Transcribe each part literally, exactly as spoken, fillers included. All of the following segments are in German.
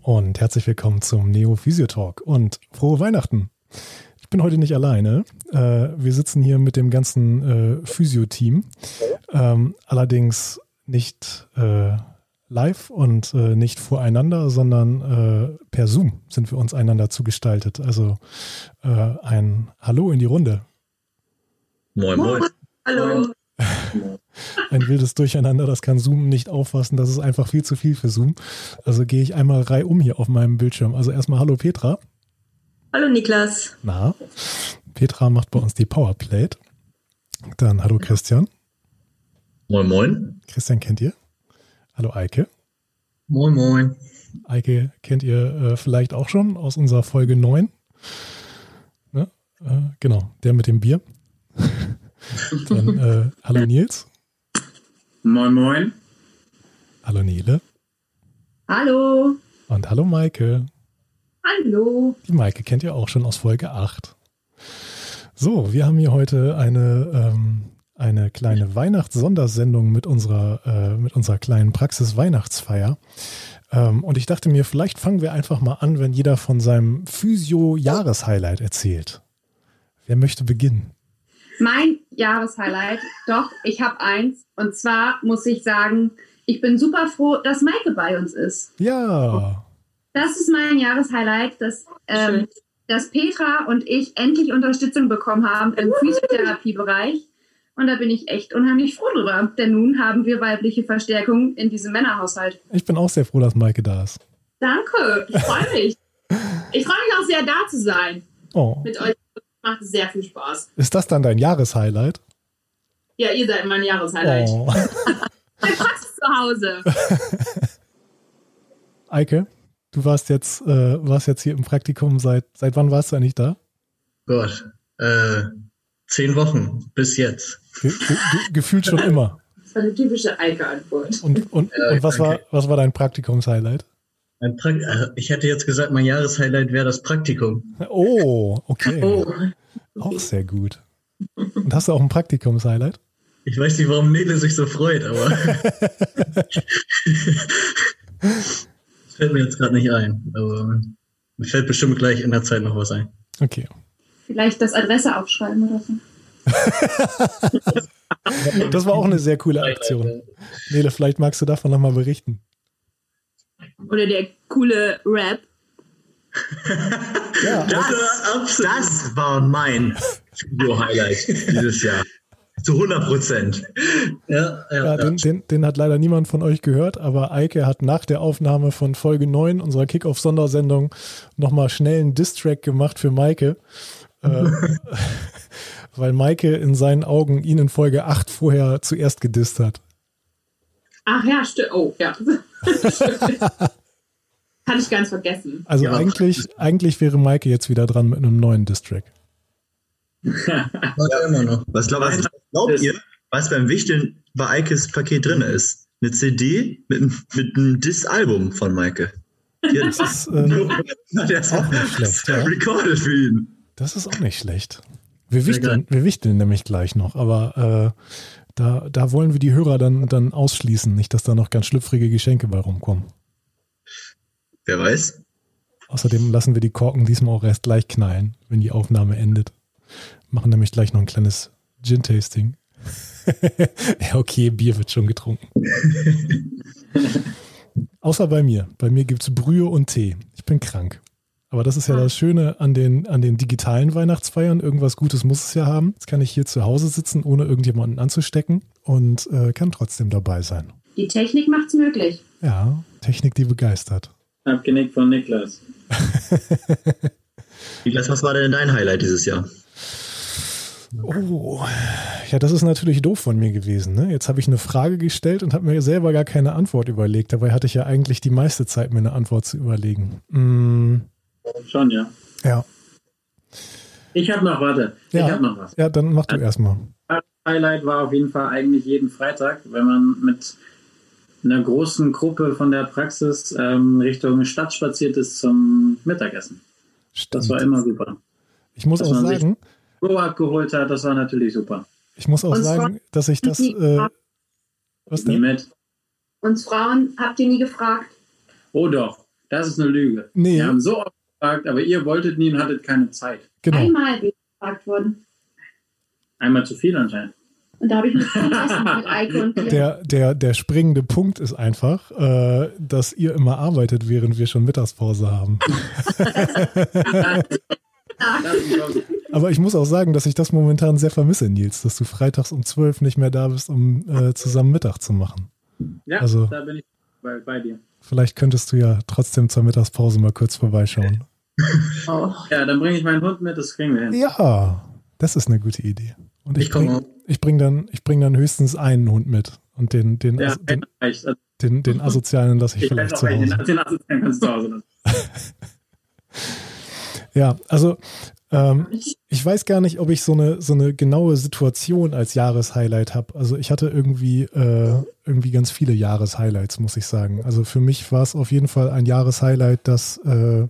und herzlich willkommen zum Neo Physio Talk und frohe Weihnachten. Ich bin heute nicht alleine. Äh, wir sitzen hier mit dem ganzen äh, Physio-Team, ähm, allerdings nicht äh, live und äh, nicht voreinander, sondern äh, per Zoom sind wir uns einander zugestaltet. Also äh, ein Hallo in die Runde. Moin, moin. Hallo. Ein wildes Durcheinander, das kann Zoom nicht auffassen, das ist einfach viel zu viel für Zoom. Also gehe ich einmal reihum hier auf meinem Bildschirm. Also erstmal Hallo Petra. Hallo Niklas. Na, Petra macht bei uns die Powerplate. Dann hallo Christian. Moin, moin. Christian kennt ihr. Hallo Eike. Moin, moin. Eike kennt ihr äh, vielleicht auch schon aus unserer Folge neun. Ne? Äh, genau, der mit dem Bier. Dann äh, hallo Nils. Moin, moin. Hallo Nele. Hallo. Und hallo Maike. Hallo. Die Maike kennt ihr auch schon aus Folge acht. So, wir haben hier heute eine, ähm, eine kleine Weihnachts-Sondersendung mit unserer, äh, mit unserer kleinen Praxis-Weihnachtsfeier. Ähm, und ich dachte mir, vielleicht fangen wir einfach mal an, wenn jeder von seinem Physio-Jahreshighlight erzählt. Wer möchte beginnen? Mein Jahreshighlight, doch, ich habe eins. Und zwar muss ich sagen, ich bin super froh, dass Maike bei uns ist. Ja. Das ist mein Jahreshighlight, dass, ähm, dass Petra und ich endlich Unterstützung bekommen haben im Physiotherapiebereich. Und da bin ich echt unheimlich froh drüber. Denn nun haben wir weibliche Verstärkung in diesem Männerhaushalt. Ich bin auch sehr froh, dass Maike da ist. Danke, ich freue mich. Ich freue mich auch sehr, da zu sein. Oh. Mit euch macht es sehr viel Spaß. Ist das dann dein Jahreshighlight? Ja, ihr seid mein Jahreshighlight. Oh. Mein Praxis zu Hause. Eike, du warst jetzt, äh, warst jetzt hier im Praktikum. Seit, seit wann warst du eigentlich da? Gott, äh, zehn Wochen bis jetzt. Ge ge ge gefühlt schon immer. Das war eine typische Eike-Antwort. Und, und, Ja, und was, war, okay. was war dein Praktikumshighlight? Ein Prakt also ich hätte jetzt gesagt, mein Jahreshighlight wäre das Praktikum. Oh, okay. Oh. Auch sehr gut. Und hast du auch ein Praktikumshighlight? Ich weiß nicht, warum Nele sich so freut, aber das fällt mir jetzt gerade nicht ein. Aber mir fällt bestimmt gleich in der Zeit noch was ein. Okay. Vielleicht das Adresse aufschreiben oder so. Das war auch eine sehr coole Aktion. Nele, vielleicht magst du davon nochmal berichten. Oder der coole Rap. Ja, Das, das war mein Studio-Highlight dieses Jahr. Zu hundert Prozent. Ja, ja, ja, ja. den, den, den hat leider niemand von euch gehört, aber Eike hat nach der Aufnahme von Folge neun unserer Kick-Off-Sondersendung nochmal schnell einen Diss-Track gemacht für Maike. äh, weil Maike in seinen Augen ihn in Folge acht vorher zuerst gedisst hat. Ach ja, stimmt. Oh, ja. Hatte ich ganz vergessen. Also Ja. eigentlich, eigentlich wäre Maike jetzt wieder dran mit einem neuen Diss-Track. Warte immer noch. Was, glaub, was glaubt ihr, was beim Wichteln bei Eikes Paket drin ist? Eine C D mit, mit einem Diss-Album von Maike. Die hat Das ist, äh, das auch nicht schlecht, ja. recorded für ihn. Das ist auch nicht schlecht. Wir Sehr wichteln, wir wichteln nämlich gleich noch, aber äh, da, da wollen wir die Hörer dann, dann ausschließen, nicht, dass da noch ganz schlüpfrige Geschenke bei rumkommen. Wer weiß? Außerdem lassen wir die Korken diesmal auch erst gleich knallen, wenn die Aufnahme endet. Machen nämlich gleich noch ein kleines Gin-Tasting. Ja, okay, Bier wird schon getrunken. Außer bei mir. Bei mir gibt es Brühe und Tee. Ich bin krank. Aber das ist ja das Schöne an den, an den digitalen Weihnachtsfeiern. Irgendwas Gutes muss es ja haben. Jetzt kann ich hier zu Hause sitzen, ohne irgendjemanden anzustecken und äh, kann trotzdem dabei sein. Die Technik macht's möglich. Ja, Technik, die begeistert. Abgenickt von Niklas. Niklas, was war denn dein Highlight dieses Jahr? Oh, ja, das ist natürlich doof von mir gewesen. Ne? Jetzt habe ich eine Frage gestellt und habe mir selber gar keine Antwort überlegt. Dabei hatte ich ja eigentlich die meiste Zeit, mir eine Antwort zu überlegen. Mm, Schon, ja. ja. Ich habe noch, warte. Ich Ja. habe noch was. Ja, dann mach du erstmal. Highlight war auf jeden Fall eigentlich jeden Freitag, wenn man mit einer großen Gruppe von der Praxis ähm, Richtung Stadt spaziert ist zum Mittagessen. Das war immer super. Ich muss Dass auch man sich sagen, Go abgeholt hat, das war natürlich super. ich muss auch Und sagen, dass ich das. Äh, was Nie denn? mit. Uns Frauen habt ihr nie gefragt? Oh doch. Das ist eine Lüge. Nee. Wir haben so oft gefragt, aber ihr wolltet nie und hattet keine Zeit. Genau. Einmal bin ich gefragt worden. Einmal zu viel anscheinend. Und da habe ich mich vergessen mit Eike und dir. Der, der, der springende Punkt ist einfach, äh, dass ihr immer arbeitet, während wir schon Mittagspause haben. Aber ich muss auch sagen, dass ich das momentan sehr vermisse, Nils, dass du freitags um zwölf nicht mehr da bist, um äh, zusammen Mittag zu machen. Ja, also, da bin ich bei, bei dir. Vielleicht könntest du ja trotzdem zur Mittagspause mal kurz vorbeischauen. Oh. Ja, dann bringe ich meinen Hund mit, das kriegen wir hin. Ja, das ist eine gute Idee. Und ich, Ich komme bring, ich bringe dann, ich bring dann höchstens einen Hund mit. Und den, den, Ja, As- den, reicht. Also, den, den Asozialen lasse ich, ich vielleicht weiß zu auch, den, Hause. den Assistenz kannst du zu Hause lassen. Ja, also ähm, ich weiß gar nicht, ob ich so eine, so eine genaue Situation als Jahreshighlight habe. Also ich hatte irgendwie, äh, irgendwie ganz viele Jahreshighlights, muss ich sagen. Also für mich war es auf jeden Fall ein Jahreshighlight, dass äh,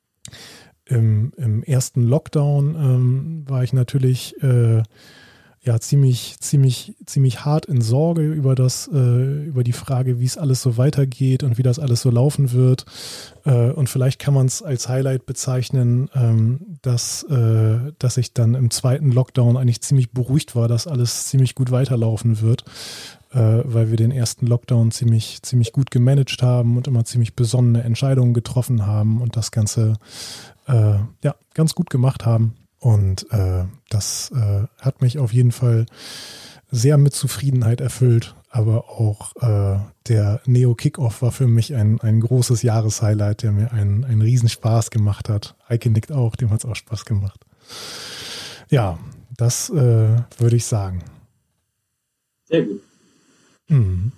im, im ersten Lockdown ähm, war ich natürlich äh, ja ziemlich, ziemlich, ziemlich hart in Sorge über das, äh, über die Frage, wie es alles so weitergeht und wie das alles so laufen wird. Äh, und vielleicht kann man es als Highlight bezeichnen, ähm, dass, äh, dass ich dann im zweiten Lockdown eigentlich ziemlich beruhigt war, dass alles ziemlich gut weiterlaufen wird, äh, weil wir den ersten Lockdown ziemlich, ziemlich gut gemanagt haben und immer ziemlich besonnene Entscheidungen getroffen haben und das Ganze äh, ja, ganz gut gemacht haben. Und äh, das äh, hat mich auf jeden Fall sehr mit Zufriedenheit erfüllt. Aber auch äh, der Neo-Kickoff war für mich ein, ein großes Jahreshighlight, der mir einen, einen Riesenspaß gemacht hat. Eike nickt auch, dem hat es auch Spaß gemacht. Ja, das äh, würde ich sagen. Sehr gut. Mhm.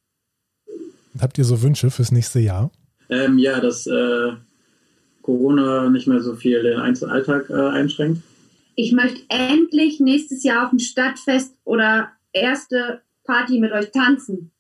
Habt ihr so Wünsche fürs nächste Jahr? Ähm, ja, dass äh, Corona nicht mehr so viel den Einzelalltag äh, einschränkt. Ich möchte endlich nächstes Jahr auf ein Stadtfest oder erste Party mit euch tanzen.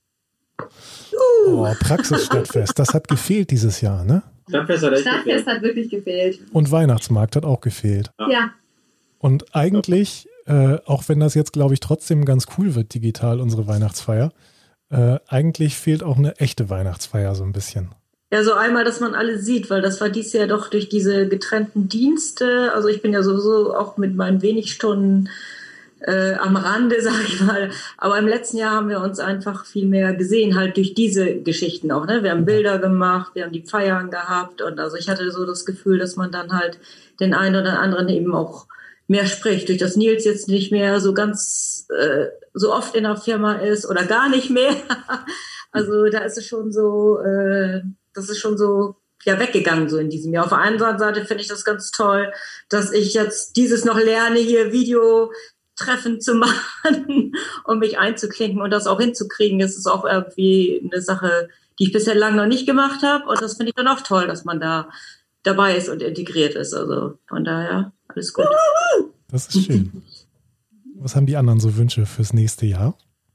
Oh, Praxisstadtfest, das hat gefehlt dieses Jahr, ne? Stadtfest hat echt Stadtfest gefehlt. hat wirklich gefehlt. Und Weihnachtsmarkt hat auch gefehlt. Ja. Ja, Und eigentlich, äh, auch wenn das jetzt, glaube ich, trotzdem ganz cool wird, digital, unsere Weihnachtsfeier, äh, eigentlich fehlt auch eine echte Weihnachtsfeier so ein bisschen. Ja, so einmal, dass man alle sieht, weil das war dies Jahr doch durch diese getrennten Dienste. Also ich bin ja sowieso auch mit meinen wenig Stunden äh, am Rande, sag ich mal. Aber im letzten Jahr haben wir uns einfach viel mehr gesehen, halt durch diese Geschichten auch. Ne? Wir haben Bilder gemacht, wir haben die Feiern gehabt. Und also ich hatte so das Gefühl, dass man dann halt den einen oder anderen eben auch mehr spricht. Durch das Nils jetzt nicht mehr so ganz äh, so oft in der Firma ist oder gar nicht mehr. Also da ist es schon so... Äh, Das ist schon so ja weggegangen so in diesem Jahr. Auf der einen Seite finde ich das ganz toll, dass ich jetzt dieses noch lerne, hier Videotreffen zu machen und mich einzuklinken und das auch hinzukriegen. Das ist auch irgendwie eine Sache, die ich bisher lange noch nicht gemacht habe. Und das finde ich dann auch toll, dass man da dabei ist und integriert ist. Also von daher alles gut. Das ist schön. Was haben die anderen so Wünsche fürs nächste Jahr?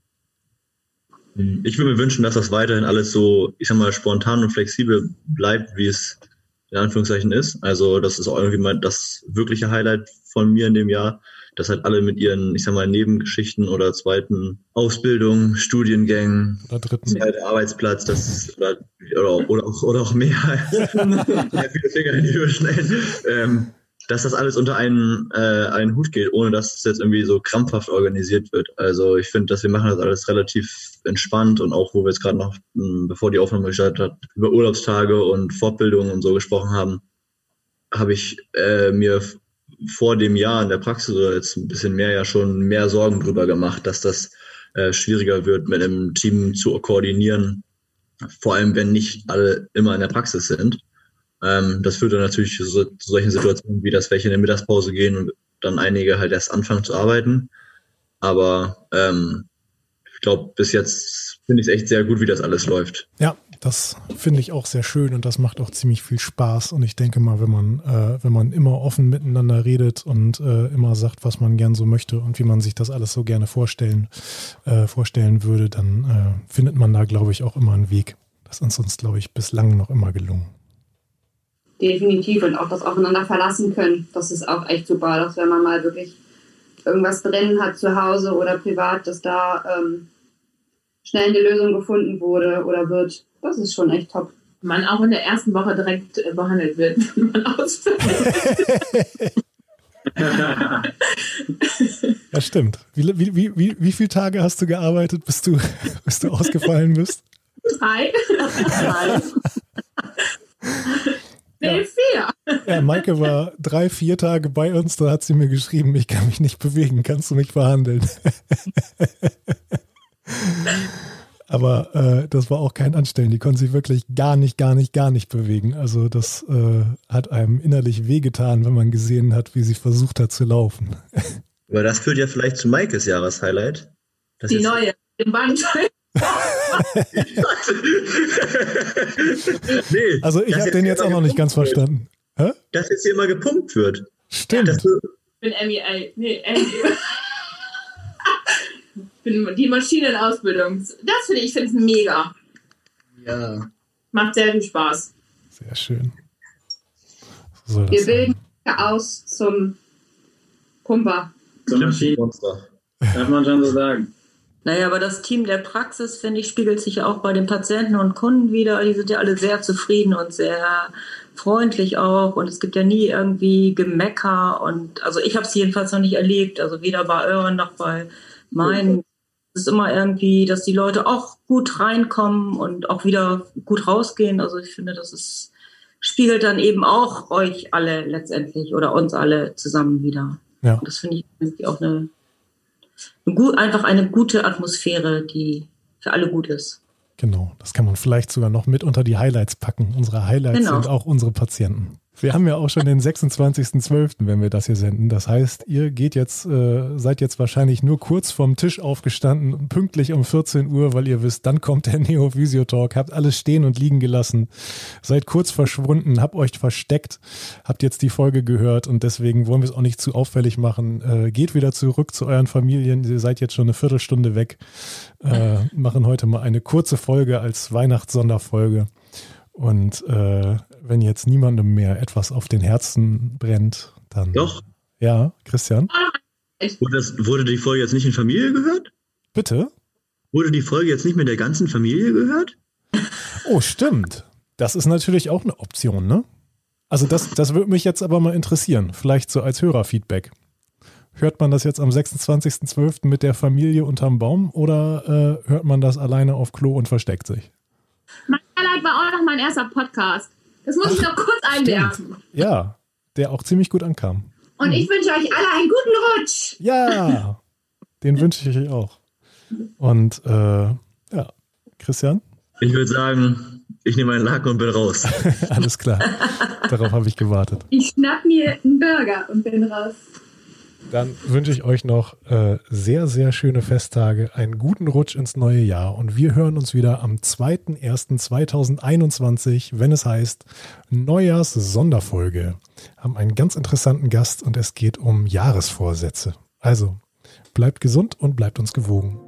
Ich würde mir wünschen, dass das weiterhin alles so, ich sag mal, spontan und flexibel bleibt, wie es in Anführungszeichen ist. Also das ist auch irgendwie mal das wirkliche Highlight von mir in dem Jahr, dass halt alle mit ihren, ich sag mal, Nebengeschichten oder zweiten Ausbildungen, Studiengängen, Oder dritten? zweiter Arbeitsplatz, das oder, oder, oder, auch, oder auch mehr, sehr viele Finger in die Höhe schnell, ähm, dass das alles unter einen, äh, einen Hut geht, ohne dass es jetzt irgendwie so krampfhaft organisiert wird. Also ich finde, dass wir machen das alles relativ entspannt und auch, wo wir jetzt gerade noch, mh, bevor die Aufnahme gestartet hat, über Urlaubstage und Fortbildungen und so gesprochen haben, habe ich äh, mir f- vor dem Jahr in der Praxis oder jetzt ein bisschen mehr ja schon mehr Sorgen drüber gemacht, dass das äh, schwieriger wird, mit einem Team zu koordinieren, vor allem wenn nicht alle immer in der Praxis sind. Ähm, das führt dann natürlich zu, so, zu solchen Situationen, wie dass welche in der Mittagspause gehen und dann einige halt erst anfangen zu arbeiten. Aber ähm, ich glaube, bis jetzt finde ich es echt sehr gut, wie das alles läuft. Ja, das finde ich auch sehr schön und das macht auch ziemlich viel Spaß. Und ich denke mal, wenn man, äh, wenn man immer offen miteinander redet und äh, immer sagt, was man gern so möchte und wie man sich das alles so gerne vorstellen, äh, vorstellen würde, dann äh, findet man da, glaube ich, auch immer einen Weg. Das ist uns, glaube ich, bislang noch immer gelungen. definitiv. Und auch das Aufeinander verlassen können. Das ist auch echt super, dass wenn man mal wirklich irgendwas brennen hat zu Hause oder privat, dass da ähm, schnell eine Lösung gefunden wurde oder wird. Das ist schon echt top. man auch in der ersten Woche direkt äh, behandelt wird, wenn man ausfällt. Ja, stimmt. Wie, wie, wie, wie, wie viele Tage hast du gearbeitet, bis du, bis du ausgefallen bist? Drei. Drei. Nee, Ja. vier. Ja, Maike war drei, vier Tage bei uns, da hat sie mir geschrieben, ich kann mich nicht bewegen, kannst du mich behandeln? Aber äh, das war auch kein Anstellen, die konnte sich wirklich gar nicht, gar nicht, gar nicht bewegen. Also das äh, hat einem innerlich wehgetan, wenn man gesehen hat, wie sie versucht hat zu laufen. Aber das führt ja vielleicht zu Maikes Jahreshighlight. Das Die ist- neue, den Bandscheiben. nee, Also ich dass habe den jetzt hier auch noch immer nicht ganz gepumpt wird. verstanden. Hä? Dass jetzt hier immer gepumpt wird. Stimmt. Das, Ich bin M E A. Nee, M E A. Ich bin die Maschinenausbildung. Das finde ich, finde es mega. ja. Macht sehr viel Spaß. Sehr schön. So soll das Wir sein. bilden aus zum Pumper. Zum Maschinen, Monster. darf man schon so sagen. Naja, aber das Team der Praxis, finde ich, spiegelt sich ja auch bei den Patienten und Kunden wieder. Die sind ja alle sehr zufrieden und sehr freundlich auch. Und es gibt ja nie irgendwie Gemecker. Und also ich habe es jedenfalls noch nicht erlebt. Also weder bei euren noch bei meinen. Es ist immer irgendwie, dass die Leute auch gut reinkommen und auch wieder gut rausgehen. Also ich finde, das ist, spiegelt dann eben auch euch alle letztendlich oder uns alle zusammen wieder. Ja. Und das finde ich irgendwie auch eine Gut, einfach eine gute Atmosphäre, die für alle gut ist. Genau, das kann man vielleicht sogar noch mit unter die Highlights packen. Unsere Highlights Genau. sind auch unsere Patienten. Wir haben ja auch schon den sechsundzwanzigsten zwölften, wenn wir das hier senden. Das heißt, ihr geht jetzt, äh, seid jetzt wahrscheinlich nur kurz vom Tisch aufgestanden, pünktlich um vierzehn Uhr, weil ihr wisst, dann kommt der Neo Physio Talk, habt alles stehen und liegen gelassen, seid kurz verschwunden, habt euch versteckt, habt jetzt die Folge gehört und deswegen wollen wir es auch nicht zu auffällig machen. Äh, geht wieder zurück zu euren Familien, ihr seid jetzt schon eine Viertelstunde weg, äh, machen heute mal eine kurze Folge als Weihnachtssonderfolge. Und äh, wenn jetzt niemandem mehr etwas auf den Herzen brennt, dann... Doch. Ja, Christian? Wurde, das, wurde die Folge jetzt nicht in Familie gehört? Bitte? Wurde die Folge jetzt nicht mit der ganzen Familie gehört? Oh, stimmt. Das ist natürlich auch eine Option, ne? Also das, das würde mich jetzt aber mal interessieren. Vielleicht so als Hörerfeedback. Hört man das jetzt am sechsundzwanzigsten zwölften mit der Familie unterm Baum oder äh, hört man das alleine auf Klo und versteckt sich? Mein Highlight war auch noch mein erster Podcast. Das muss ich noch kurz einwerfen. Ja, der auch ziemlich gut ankam. Und ich wünsche euch alle einen guten Rutsch. Ja, den wünsche ich euch auch. Und äh, ja, Christian? Ich würde sagen, ich nehme einen Laken und bin raus. Alles klar. Darauf habe ich gewartet. Ich schnapp mir einen Burger und bin raus. Dann wünsche ich euch noch äh, sehr, sehr schöne Festtage, einen guten Rutsch ins neue Jahr und wir hören uns wieder am zweiten ersten zweitausendeinundzwanzig, wenn es heißt Neujahrs-Sonderfolge. Haben einen ganz interessanten Gast und es geht um Jahresvorsätze. Also bleibt gesund und bleibt uns gewogen.